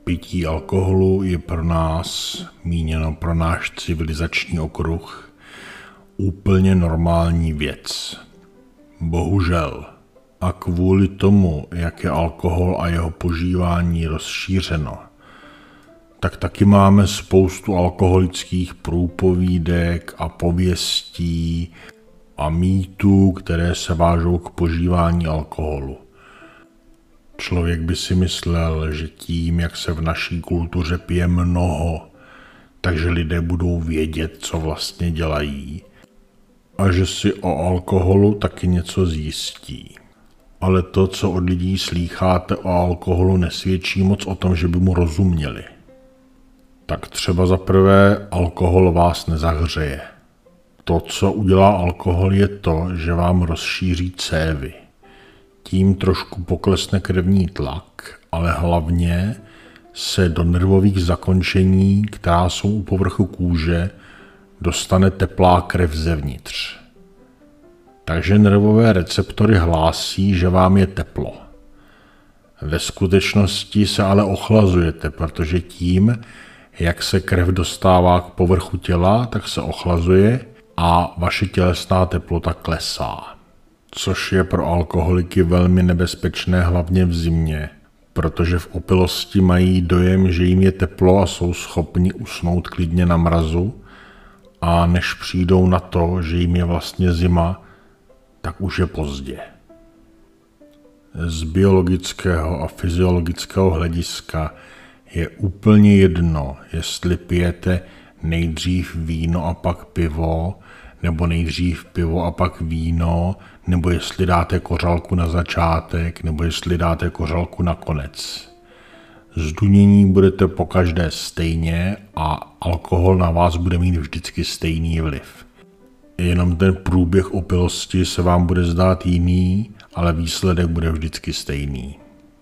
Pití alkoholu je pro nás, míněno pro náš civilizační okruh, úplně normální věc. Bohužel. A kvůli tomu, jak je alkohol a jeho požívání rozšířeno, tak taky máme spoustu alkoholických průpovídek a pověstí a mýtů, které se vážou k požívání alkoholu. Člověk by si myslel, že tím, jak se v naší kultuře pije mnoho, takže lidé budou vědět, co vlastně dělají a že si o alkoholu taky něco zjistí. Ale to, co od lidí slýcháte o alkoholu, nesvědčí moc o tom, že by mu rozuměli. Tak třeba za prvé, alkohol vás nezahřeje. To, co udělá alkohol, je to, že vám rozšíří cévy. Tím trošku poklesne krevní tlak, ale hlavně se do nervových zakončení, která jsou u povrchu kůže, dostane teplá krev zevnitř. Takže nervové receptory hlásí, že vám je teplo. Ve skutečnosti se ale ochlazujete, protože tím, jak se krev dostává k povrchu těla, tak se ochlazuje a vaše tělesná teplota klesá. Což je pro alkoholiky velmi nebezpečné, hlavně v zimě, protože v opilosti mají dojem, že jim je teplo a jsou schopni usnout klidně na mrazu, a než přijdou na to, že jim je vlastně zima, tak už je pozdě. Z biologického a fyziologického hlediska je úplně jedno, jestli pijete nejdřív víno a pak pivo, nebo nejdřív pivo a pak víno, nebo jestli dáte kořalku na začátek, nebo jestli dáte kořalku na konec. Zdunění budete pokaždé stejně a alkohol na vás bude mít vždycky stejný vliv. Jenom ten průběh opilosti se vám bude zdát jiný, ale výsledek bude vždycky stejný.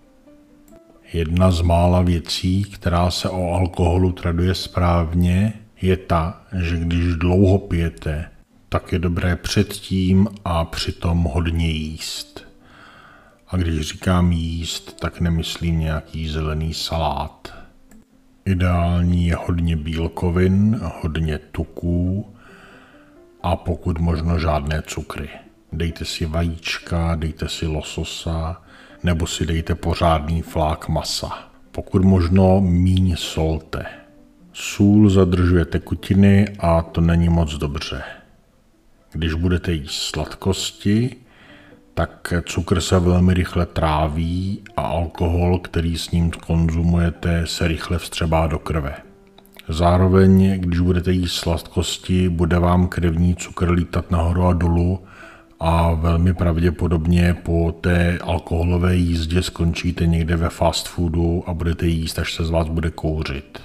Jedna z mála věcí, která se o alkoholu traduje správně, je ta, že když dlouho pijete, tak je dobré předtím a přitom hodně jíst. A když říkám jíst, tak nemyslím nějaký zelený salát. Ideální je hodně bílkovin, hodně tuků a pokud možno žádné cukry. Dejte si vajíčka, dejte si lososa, nebo si dejte pořádný flák masa. Pokud možno míň solte. Sůl zadržuje tekutiny a to není moc dobře. Když budete jíst sladkosti, tak cukr se velmi rychle tráví a alkohol, který s ním konzumujete, se rychle vstřebá do krve. Zároveň, když budete jíst sladkosti, bude vám krevní cukr lítat nahoru a dolů a velmi pravděpodobně po té alkoholové jízdě skončíte někde ve fast foodu a budete jíst, až se z vás bude kouřit.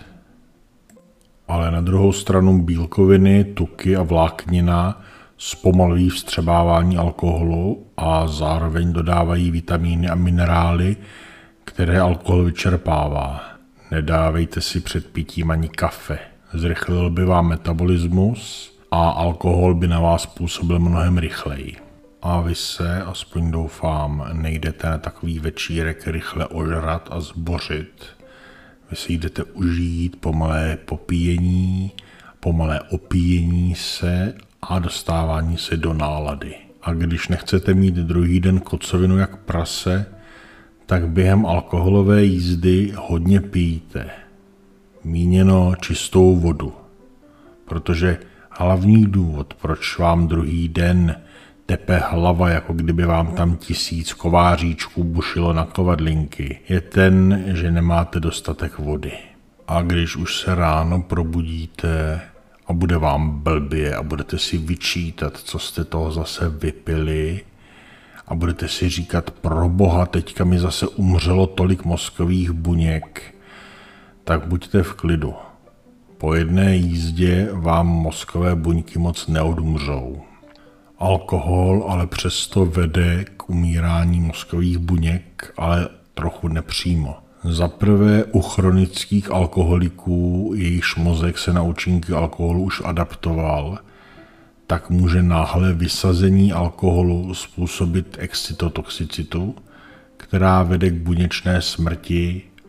Ale na druhou stranu bílkoviny, tuky a vláknina zpomalují vstřebávání alkoholu a zároveň dodávají vitamíny a minerály, které alkohol vyčerpává. Nedávejte si před pitím ani kafe. Zrychlil by vám metabolismus a alkohol by na vás působil mnohem rychleji. A vy se, aspoň doufám, nejdete na takový večírek rychle ožrat a zbořit. Vy si jdete užít pomalé popíjení, pomalé opíjení se a dostávání se do nálady. A když nechcete mít druhý den kocovinu jak prase, tak během alkoholové jízdy hodně pijte. Míněno čistou vodu. Protože hlavní důvod, proč vám druhý den tepe hlava, jako kdyby vám tam 1000 kováříčků bušilo na kovadlinky, je ten, že nemáte dostatek vody. A když už se ráno probudíte a bude vám blbě a budete si vyčítat, co jste toho zase vypili a budete si říkat, proboha, teďka mi zase umřelo tolik mozkových buněk, tak buďte v klidu. Po jedné jízdě vám mozkové buňky moc neodumřou. Alkohol ale přesto vede k umírání mozkových buněk, ale trochu nepřímo. Za prvé u chronických alkoholiků, jejichž mozek se na účinky alkoholu už adaptoval, tak může náhle vysazení alkoholu způsobit excitotoxicitu, která vede k buněčné smrti,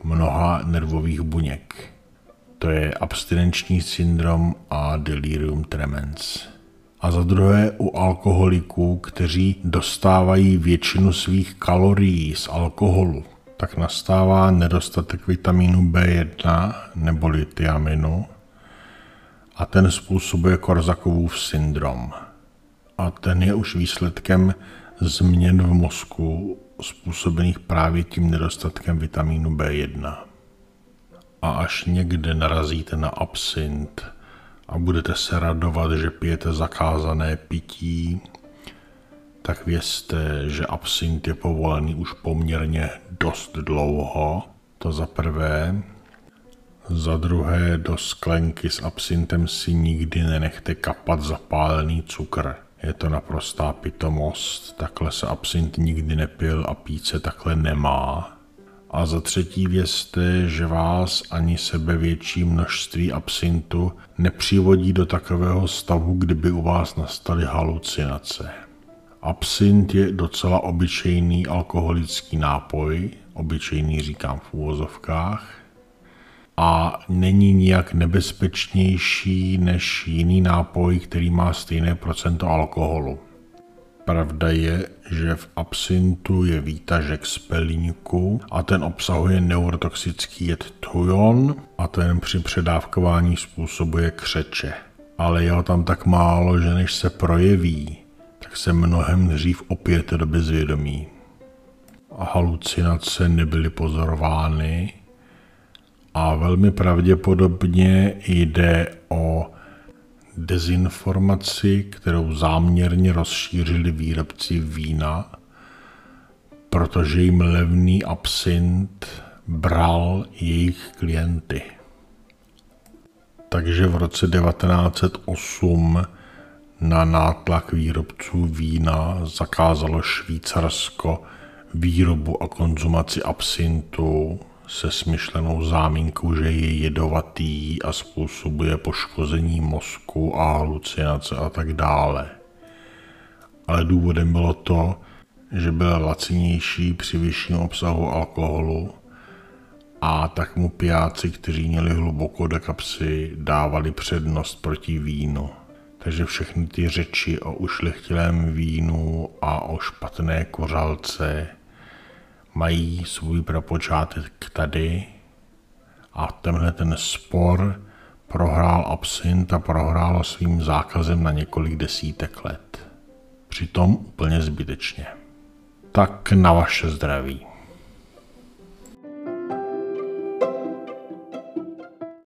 mnoha nervových buněk. To je abstinenční syndrom a delirium tremens. A za druhé u alkoholiků, kteří dostávají většinu svých kalorií z alkoholu, tak nastává nedostatek vitamínu B1 neboli thiaminu a ten způsobuje Korsakovův syndrom. A ten je už výsledkem změn v mozku způsobených právě tím nedostatkem vitamínu B1. A až někde narazíte na absint a budete se radovat, že pijete zakázané pití, tak vězte, že absint je povolený už poměrně dost dlouho, to za prvé. Za druhé, do sklenky s absintem si nikdy nenechte kapat zapálený cukr. Je to naprostá pitomost, takhle se absint nikdy nepil a pít se takhle nemá. A za třetí vězte, že vás ani sebevětší množství absintu nepřivodí do takového stavu, kdyby u vás nastaly halucinace. Absint je docela obyčejný alkoholický nápoj, obyčejný říkám v uvozovkách, a není nijak nebezpečnější než jiný nápoj, který má stejné procento alkoholu. Pravda je, že v absintu je výtažek z pelíňku a ten obsahuje neurotoxický jed thujon a ten při předávkování způsobuje křeče. Ale je ho tam tak málo, že než se projeví, tak se mnohem dřív opijete do bezvědomí. A halucinace nebyly pozorovány a velmi pravděpodobně jde o dezinformaci, kterou záměrně rozšířili výrobci vína, protože jim levný absint bral jejich klienty. Takže v roce 1908 na nátlak výrobců vína zakázalo Švýcarsko výrobu a konzumaci absintu se smyšlenou záminkou, že je jedovatý a způsobuje poškození mozku a halucinace a tak dále. Ale důvodem bylo to, že byl lacinější při vyšším obsahu alkoholu a tak mu pijáci, kteří měli hluboko do kapsy, dávali přednost proti vínu. Takže všechny ty řeči o ušlechtilém vínu a o špatné kořalce mají svůj prapočátek tady a tenhle ten spor prohrál absint a prohrál svým zákazem na několik desítek let. Přitom úplně zbytečně. Tak na vaše zdraví.